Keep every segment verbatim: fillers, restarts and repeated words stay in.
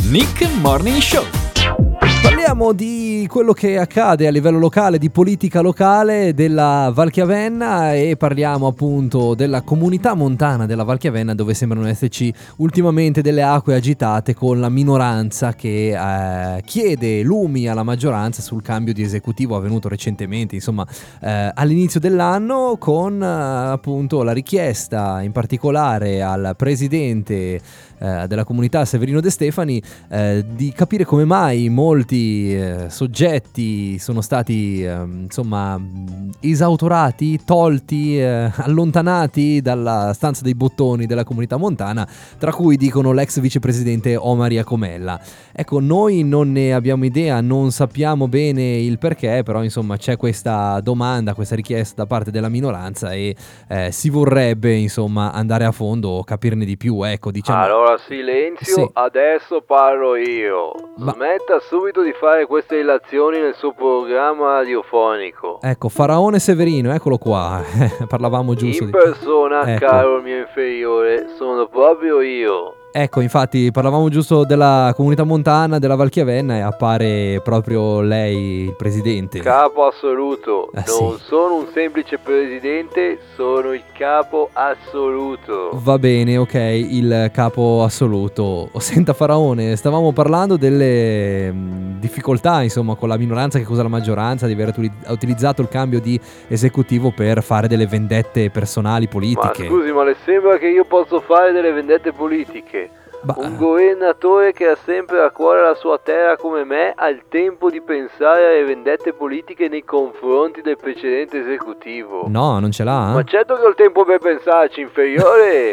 Nick Morning Show. Parliamo di quello che accade a livello locale, di politica locale della Valchiavenna, e parliamo appunto della comunità montana della Valchiavenna, dove sembrano esserci ultimamente delle acque agitate con la minoranza che eh, chiede lumi alla maggioranza sul cambio di esecutivo avvenuto recentemente, insomma eh, all'inizio dell'anno, con eh, appunto la richiesta in particolare al presidente eh, della comunità Severino De Stefani eh, di capire come mai molti eh, soggetti sono stati eh, insomma esautorati, tolti, eh, allontanati dalla stanza dei bottoni della comunità montana, tra cui dicono l'ex vicepresidente Omar Iacomella. Ecco, noi non ne abbiamo idea, non sappiamo bene il perché, però insomma c'è questa domanda, questa richiesta da parte della minoranza e eh, si vorrebbe insomma andare a fondo, capirne di più, ecco, diciamo. Allora silenzio, Sì. Adesso parlo io. Ma- Smetta subito di fare queste illazioni nel suo programma radiofonico. Ecco, Faraone Severino, eccolo qua, parlavamo giusto In di... persona, Ecco. caro mio inferiore, sono proprio io. Ecco, infatti parlavamo giusto della comunità montana della Valchiavenna e appare proprio lei il presidente. Capo assoluto. Eh, Non sì. sono un semplice presidente, sono il capo assoluto. Va bene, ok, il capo assoluto. Oh, senta Faraone, stavamo parlando delle mh, difficoltà, insomma, con la minoranza che accusa la maggioranza di aver utili- utilizzato il cambio di esecutivo per fare delle vendette personali, Ma politiche. scusi, ma le sembra che io posso fare delle vendette politiche? Ba- Un governatore che ha sempre a cuore la sua terra come me ha il tempo di pensare alle vendette politiche nei confronti del precedente esecutivo. No, non ce l'ha? Ma certo che ho il tempo per pensarci, inferiore.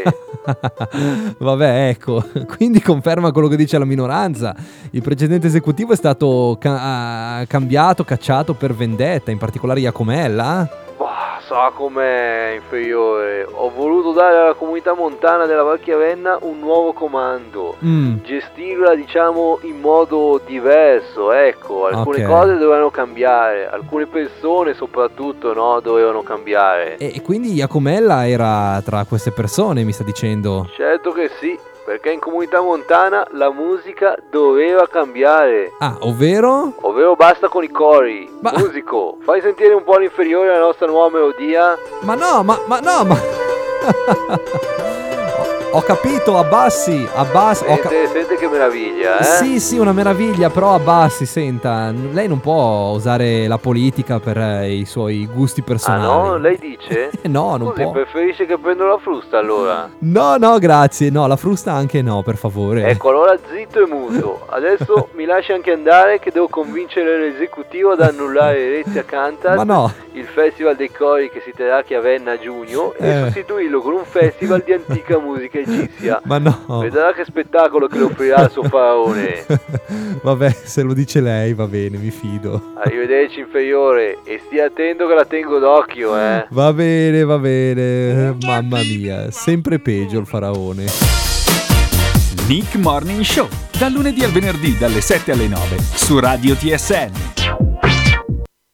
Vabbè, ecco, quindi conferma quello che dice la minoranza. Il precedente esecutivo è stato ca- ah, cambiato, cacciato per vendetta, in particolare Iacomella. Bah, sa com'è, inferiore. Ho voluto dare alla comunità montana della Valchiavenna un nuovo comando. Mm. Gestirla, diciamo, in modo diverso, ecco. Alcune Ok. cose dovevano cambiare, alcune persone soprattutto, no, dovevano cambiare. E, e quindi Iacomella era tra queste persone, mi sta dicendo? Certo che sì, perché in comunità montana la musica doveva cambiare. Ah, ovvero? Ovvero basta con i cori. Ma- Musico, fai sentire un po' l'inferiore la nostra nuova melodia. Ma no, ma, ma no, ma... ho, ho capito, abbassi, abbassi... ho ca- Sente, sente che meraviglia, eh? Sì, sì, una meraviglia, però abbassi, senta, n- lei non può usare la politica per eh, i suoi gusti Ah personali. no, lei dice? Eh, no, non Scusi, può. preferisce che prendo la frusta allora? No, no, grazie, no, la frusta anche no, per favore. Ecco, allora zitto e muto. Adesso mi lasci anche andare che devo convincere l'esecutivo ad annullare Rezia Cantat, Ma no. il festival dei cori che si terrà a Chiavenna a giugno, e Eh. sostituirlo con un festival di antica musica egizia. Ma no. Vedrà che spettacolo che le offrirà il suo faraone. Vabbè, se lo dice lei va bene, mi fido. Arrivederci, inferiore, e stia attento che la tengo d'occhio, eh. Va bene, va bene. Mamma mia, sempre peggio il faraone. Nick Morning Show, dal lunedì al venerdì dalle sette alle nove su Radio T S N.